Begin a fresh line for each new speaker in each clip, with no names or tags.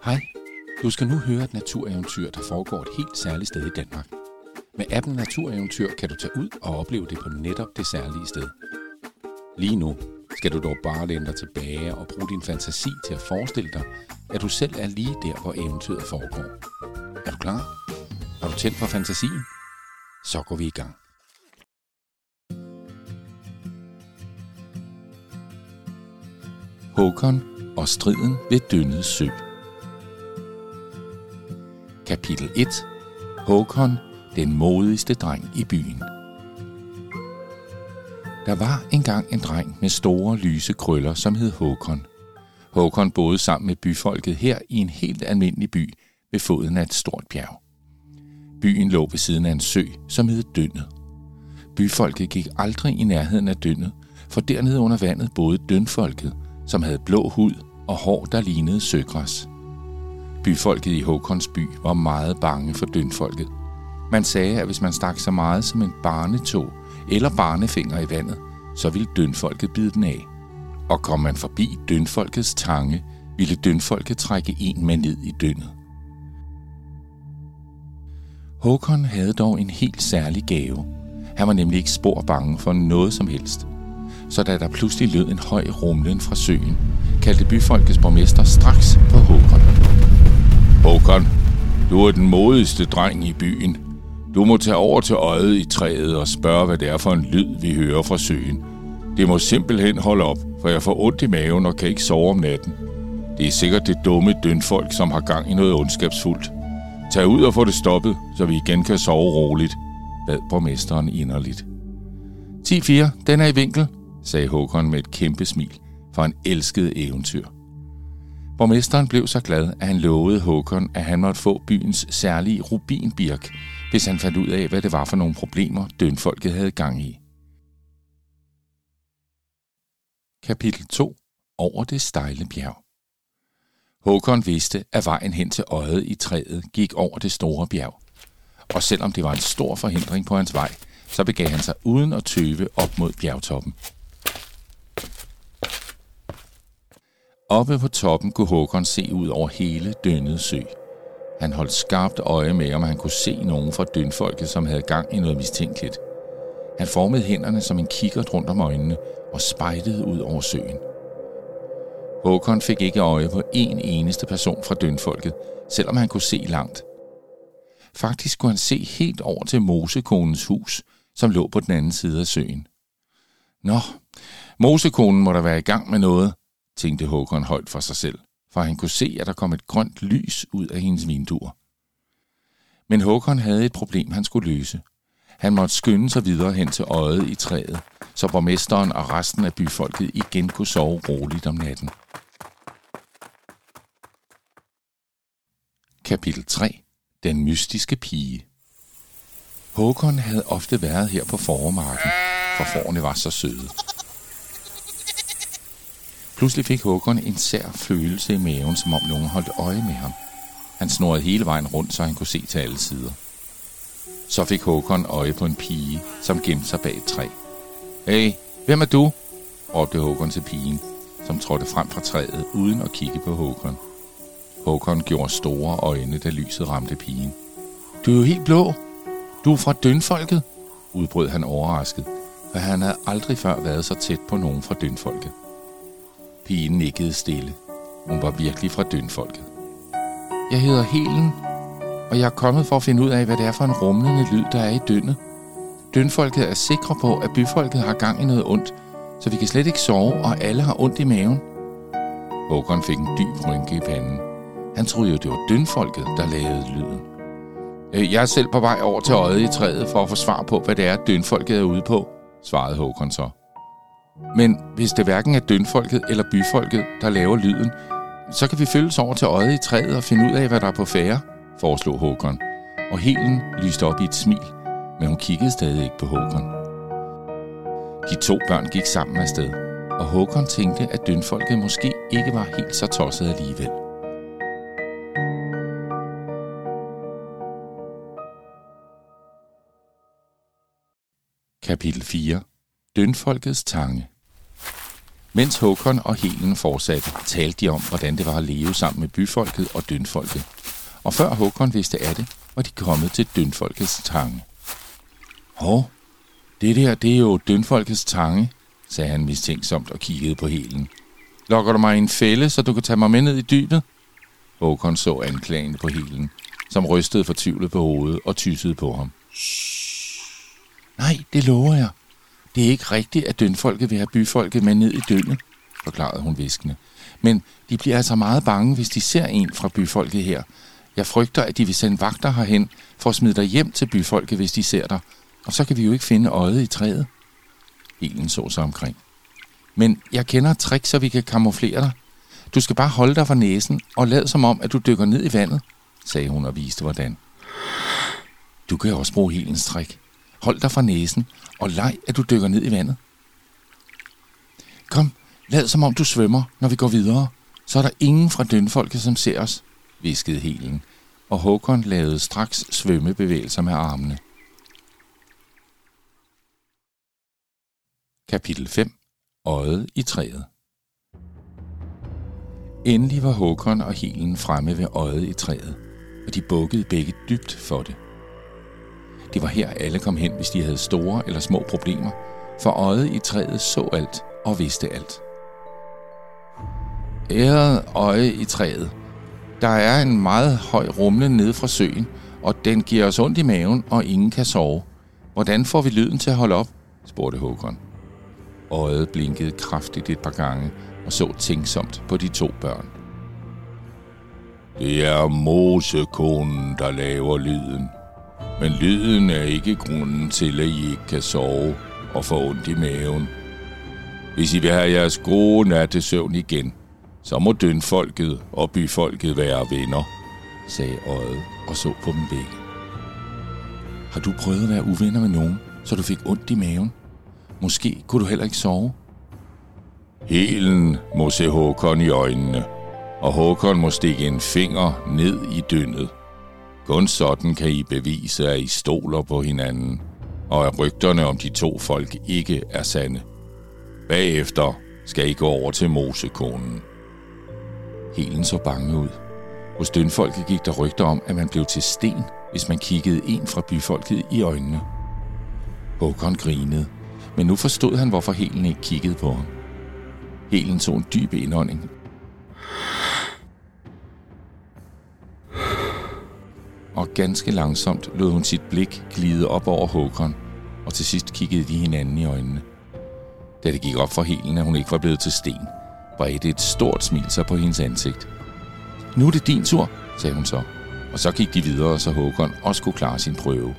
Hej, du skal nu høre et natureventyr, der foregår et helt særligt sted i Danmark. Med appen Natureventyr kan du tage ud og opleve det på netop det særlige sted. Lige nu skal du dog bare læne dig tilbage og bruge din fantasi til at forestille dig, at du selv er lige der, hvor eventyret foregår. Er du klar? Har du tændt for fantasien? Så går vi i gang. Håkon og striden ved Dønnede Sø. Kapitel 1. Håkon, den modigste dreng i byen. Der var engang en dreng med store lyse krøller, som hed Håkon. Håkon boede sammen med byfolket her i en helt almindelig by ved foden af et stort bjerg. Byen lå ved siden af en sø, som hed Dønnet. Byfolket gik aldrig i nærheden af Dønnet, for dernede under vandet boede Dønfolket, som havde blå hud og hår, der lignede søgræs. Byfolket i Håkons by var meget bange for Dønfolket. Man sagde, at hvis man stak så meget som en barnetå eller barnefinger i vandet, så ville Dønfolket bide den af. Og kom man forbi Dønfolkets tange, ville Dønfolket trække en med ned i Dønnet. Håkon havde dog en helt særlig gave. Han var nemlig ikke spor bange for noget som helst. Så da der pludselig lød en høj rumlen fra søen, kaldte byfolkets borgmester straks på Håkon. Håkon, du er den modigste dreng i byen. Du må tage over til øjet i træet og spørge, hvad det er for en lyd, vi hører fra søen. Det må simpelthen holde op, for jeg får ondt i maven og kan ikke sove om natten. Det er sikkert det dumme Dønfolk, som har gang i noget ondskabsfuldt. Tag ud og få det stoppet, så vi igen kan sove roligt, bad borgmesteren inderligt. 10-4, den er i vinkel, sagde Håkon med et kæmpe smil, for han elskede eventyr. Borgmesteren blev så glad, at han lovede Håkon, at han måtte få byens særlige rubinbirk, hvis han fandt ud af, hvad det var for nogle problemer, Dønfolket havde gang i. Kapitel 2. Over det stejle bjerg. Håkon vidste, at vejen hen til øjet i træet gik over det store bjerg. Og selvom det var en stor forhindring på hans vej, så begav han sig uden at tøve op mod bjergtoppen. Oppe på toppen kunne Håkon se ud over hele Dønnede Sø. Han holdt skarpt øje med, om han kunne se nogen fra Dønfolket, som havde gang i noget mistænkeligt. Han formede hænderne som en kikkert rundt om øjnene og spejdede ud over søen. Håkon fik ikke øje på en eneste person fra Dønfolket, selvom han kunne se langt. Faktisk kunne han se helt over til mosekonens hus, som lå på den anden side af søen. Nå, mosekonen må da være i gang med noget, tænkte Håkon højt for sig selv, for han kunne se, at der kom et grønt lys ud af hendes vinduer. Men Håkon havde et problem, han skulle løse. Han måtte skynde sig videre hen til øjet i træet, så borgmesteren og resten af byfolket igen kunne sove roligt om natten. Kapitel 3. Den mystiske pige. Håkon havde ofte været her på fåremarken, for fårene var så søde. Pludselig fik Håkon en sær følelse i maven, som om nogen holdt øje med ham. Han snurrede hele vejen rundt, så han kunne se til alle sider. Så fik Håkon øje på en pige, som gemte sig bag et træ. Hey, hvem er du? råbte Håkon til pigen, som trådte frem fra træet uden at kigge på Håkon. Håkon gjorde store øjne, da lyset ramte pigen. Du er jo helt blå. Du er fra Dønfolket, udbrød han overrasket, for han havde aldrig før været så tæt på nogen fra Dønfolket. Pigen nikkede stille. Hun var virkelig fra Dønfolket. Jeg hedder Helen, og jeg er kommet for at finde ud af, hvad det er for en rumlende lyd, der er i Dønnet. Dønfolket er sikre på, at byfolket har gang i noget ondt, så vi kan slet ikke sove, og alle har ondt i maven. Håkon fik en dyb rynke i panden. Han troede jo, det var Dønfolket, der lavede lyden. Jeg er selv på vej over til øjet i træet for at få svar på, hvad det er, Dønfolket er ude på, svarede Håkon så. Men hvis det hverken er Dønfolket eller byfolket, der laver lyden, så kan vi følges over til øjet i træet og finde ud af, hvad der er på færde, foreslog Håkon. Og Helen lyste op i et smil, men hun kiggede stadig ikke på Håkon. De to børn gik sammen afsted, og Håkon tænkte, at Dønfolket måske ikke var helt så tosset alligevel. Kapitel 4. Dønfolkets tange. Mens Håkon og Helen fortsatte, talte de om, hvordan det var at leve sammen med byfolket og dønfolket. Og før Håkon vidste af det, var de kommet til dønfolkets tange. Det er jo dønfolkets tange, sagde han mistænksomt og kiggede på Helen. Lokker du mig i en fælde, så du kan tage mig med ned i dybet? Håkon så anklagende på Helen, som rystede fortvivlet på hovedet og tyssede på ham. Nej, det lover jeg. Det er ikke rigtigt, at dønfolket vil have byfolket med ned i dyndet, forklarede hun hviskende. Men de bliver altså meget bange, hvis de ser en fra byfolket her. Jeg frygter, at de vil sende vagter herhen for at smide dig hjem til byfolket, hvis de ser dig. Og så kan vi jo ikke finde øjet i træet. Helen så sig omkring. Men jeg kender et trick, så vi kan kamuflere dig. Du skal bare holde dig for næsen og lad som om, at du dykker ned i vandet, sagde hun og viste hvordan. Du kan også bruge Helens trick. Hold dig for næsen og leg, at du dykker ned i vandet. Kom, lad som om du svømmer, når vi går videre. Så er der ingen fra dønfolket, som ser os, hviskede Helen, og Håkon lavede straks svømmebevægelser med armene. Kapitel 5. Øjet i træet. Endelig var Håkon og Helen fremme ved øjet i træet, og de bukkede begge dybt for det. Det var her alle kom hen, hvis de havde store eller små problemer, for øjet i træet så alt og vidste alt. Ærede øje i træet. Der er en meget høj rumle nede fra søen, og den giver os ondt i maven, og ingen kan sove. Hvordan får vi lyden til at holde op? Spurgte Håkon. Øjet blinkede kraftigt et par gange og så tænksomt på de to børn. Det er mosekonen, der laver lyden. Men lyden er ikke grunden til, at I ikke kan sove og få ondt i maven. Hvis I vil have jeres gode nattesøvn igen, så må dønfolket og byfolket være venner, sagde øjet og så på dem begge. Har du prøvet at være uvenner med nogen, så du fik ondt i maven? Måske kunne du heller ikke sove. Helen må se Håkon i øjnene, og Håkon må stikke en finger ned i dyndet. Kun sådan kan I bevise, at I stoler på hinanden, og at rygterne om de to folk ikke er sande. Bagefter skal I gå over til mosekonen. Helen så bange ud. Hos dønfolket gik der rygter om, at man blev til sten, hvis man kiggede en fra byfolket i øjnene. Håkon grinede, men nu forstod han, hvorfor Helen ikke kiggede på ham. Helen tog en dyb indånding. Og ganske langsomt lod hun sit blik glide op over Håkon, og til sidst kiggede de hinanden i øjnene. Da det gik op for Helen, at hun ikke var blevet til sten, bredte et stort smil sig på hendes ansigt. Nu er det din tur, sagde hun så, og så gik de videre, så Håkon også skulle klare sin prøve.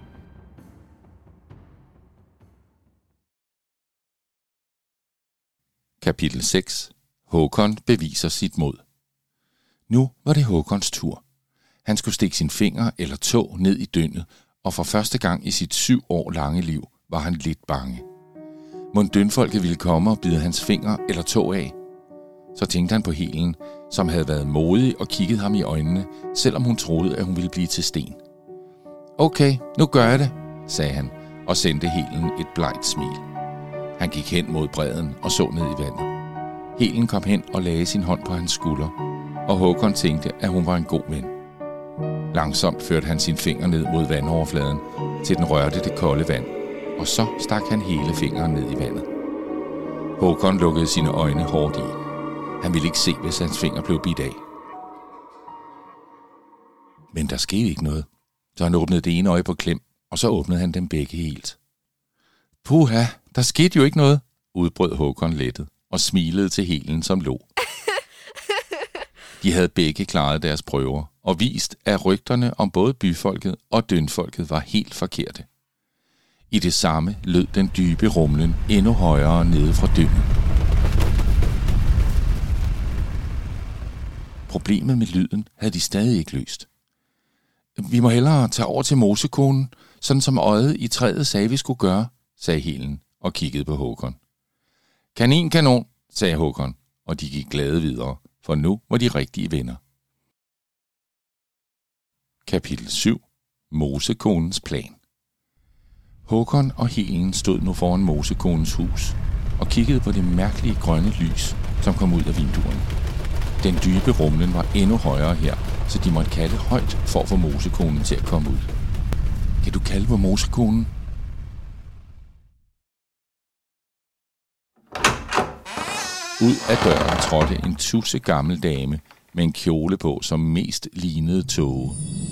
Kapitel 6. Håkon beviser sit mod. Nu var det Håkons tur. Han skulle stikke sin finger eller tå ned i dyndet, og for første gang i sit 7 år lange liv var han lidt bange. Mon dønfolket ville komme og bide hans finger eller tå af? Så tænkte han på Helen, som havde været modig og kigget ham i øjnene, selvom hun troede, at hun ville blive til sten. Okay, nu gør jeg det, sagde han, og sendte Helen et blegt smil. Han gik hen mod bredden og så ned i vandet. Helen kom hen og lagde sin hånd på hans skulder, og Håkon tænkte, at hun var en god ven. Langsomt førte han sin finger ned mod vandoverfladen, til den rørte det kolde vand, og så stak han hele fingeren ned i vandet. Håkon lukkede sine øjne hårdt i. Han ville ikke se, hvis hans finger blev bidt af. Men der skete ikke noget, så han åbnede det ene øje på klem, og så åbnede han dem begge helt. Puha, der skete jo ikke noget, udbrød Håkon lettet og smilede til Helen, som lå. De havde begge klaret deres prøver og vist, at rygterne om både byfolket og dønfolket var helt forkerte. I det samme lød den dybe rumlen endnu højere nede fra dyndet. Problemet med lyden havde de stadig ikke løst. Vi må hellere tage over til mosekonen, sådan som øjet i træet sagde, vi skulle gøre, sagde Helen og kiggede på Håkon. Kanon, sagde Håkon, og de gik glade videre, for nu var de rigtige venner. Kapitel 7. Mosekonens plan. Håkon og Helen stod nu foran mosekonens hus, og kiggede på det mærkelige grønne lys, som kom ud af vinduerne. Den dybe rumlen var endnu højere her, så de måtte kalde højt for at få mosekonen til at komme ud. Kan du kalde på mosekonen? Ud af døren trådte en tusse gammel dame med en kjole på, som mest lignede tåge.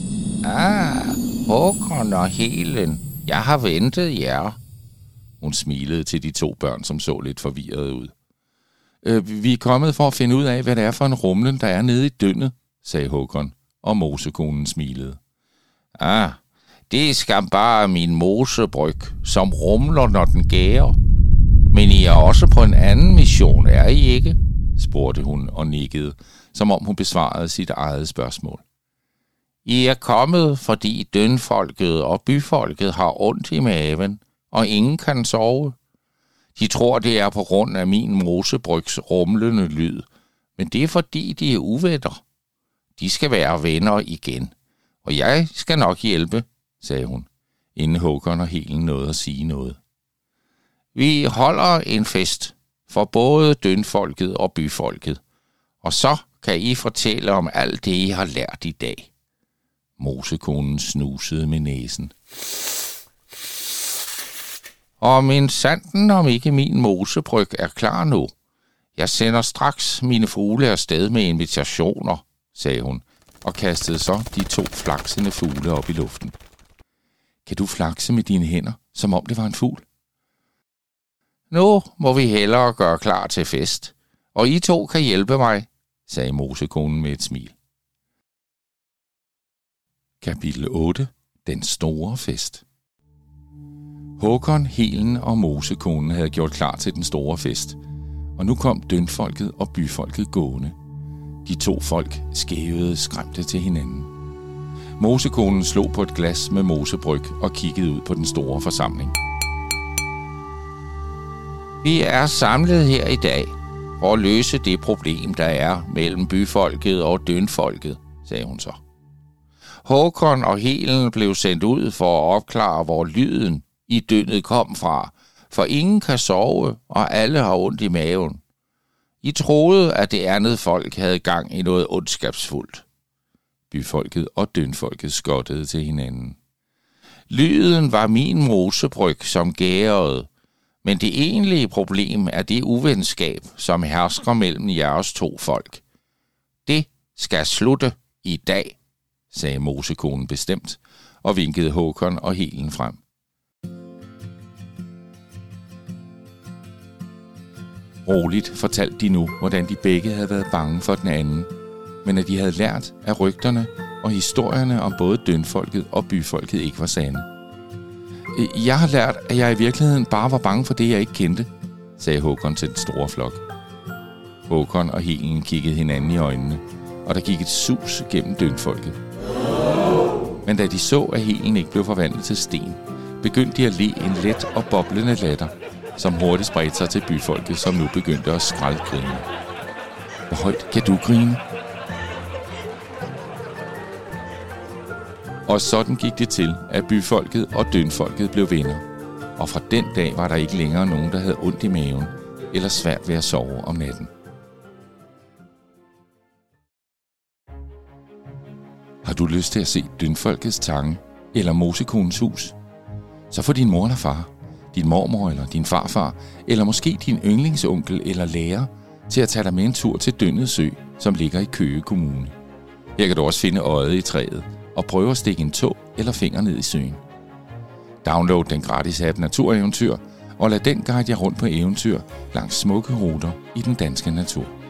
Håkon og Helen, jeg har ventet jer. Hun smilede til de 2 børn, som så lidt forvirrede ud. Vi er kommet for at finde ud af, hvad det er for en rumlen, der er nede i dyndet, sagde Håkon, og mosekonen smilede. Det er skam bare min mosebryg, som rumler, når den gærer. Men I er også på en anden mission, er I ikke? Spurgte hun og nikkede, som om hun besvarede sit eget spørgsmål. I er kommet, fordi dønfolket og byfolket har ondt i maven, og ingen kan sove. De tror, det er på grund af min mosebrygs rumlende lyd, men det er fordi, de er uvenner. De skal være venner igen, og jeg skal nok hjælpe, sagde hun, inden Håkon og Helen nåede at sige noget. Vi holder en fest for både dønfolket og byfolket, og så kan I fortælle om alt det, I har lært i dag. Mosekonen snusede med næsen. Og min sanden, om ikke min mosebryg er klar nu. Jeg sender straks mine fugle afsted med invitationer, sagde hun, og kastede så de 2 flaksende fugle op i luften. Kan du flakse med dine hænder, som om det var en fugl? Nu må vi hellere gøre klar til fest, og I 2 kan hjælpe mig, sagde mosekonen med et smil. Kapitel 8. Den store fest. Håkon, Helen og mosekonen havde gjort klar til den store fest, og nu kom dønfolket og byfolket gående. De 2 folk skævede skræmte til hinanden. Mosekonen slog på et glas med mosebryg og kiggede ud på den store forsamling. Vi er samlet her i dag for at løse det problem, der er mellem byfolket og dønfolket, sagde hun så. Håkon og Helen blev sendt ud for at opklare, hvor lyden i dyndet kom fra, for ingen kan sove, og alle har ondt i maven. I troede, at det andet folk havde gang i noget ondskabsfuldt. Byfolket og dønfolket skottede til hinanden. Lyden var min mosebryg, som gærede, men det egentlige problem er det uvenskab, som hersker mellem jeres 2 folk. Det skal slutte i dag, sagde mosekonen bestemt, og vinkede Håkon og Helen frem. Roligt fortalte de nu, hvordan de begge havde været bange for den anden, men at de havde lært, at rygterne og historierne om både dønfolket og byfolket ikke var sande. Jeg har lært, at jeg i virkeligheden bare var bange for det, jeg ikke kendte, sagde Håkon til den store flok. Håkon og Helen kiggede hinanden i øjnene, og der gik et sus gennem dønfolket. Men da de så, at Helen ikke blev forvandlet til sten, begyndte de at le en let og boblende latter, som hurtigt spredte sig til byfolket, som nu begyndte at skraldgrine. Hvor højt kan du grine? Og sådan gik det til, at byfolket og dønfolket blev venner. Og fra den dag var der ikke længere nogen, der havde ondt i maven eller svært ved at sove om natten. Har du lyst til at se dønfolkets tange eller mosekonens hus? Så får din mor eller far, din mormor eller din farfar, eller måske din yndlingsonkel eller lærer, til at tage dig med en tur til Dyndet Sø, som ligger i Køge Kommune. Her kan du også finde øjet i træet og prøve at stikke en tå eller finger ned i søen. Download den gratis app Natureventyr, og lad den guide jer rundt på eventyr langs smukke ruter i den danske natur.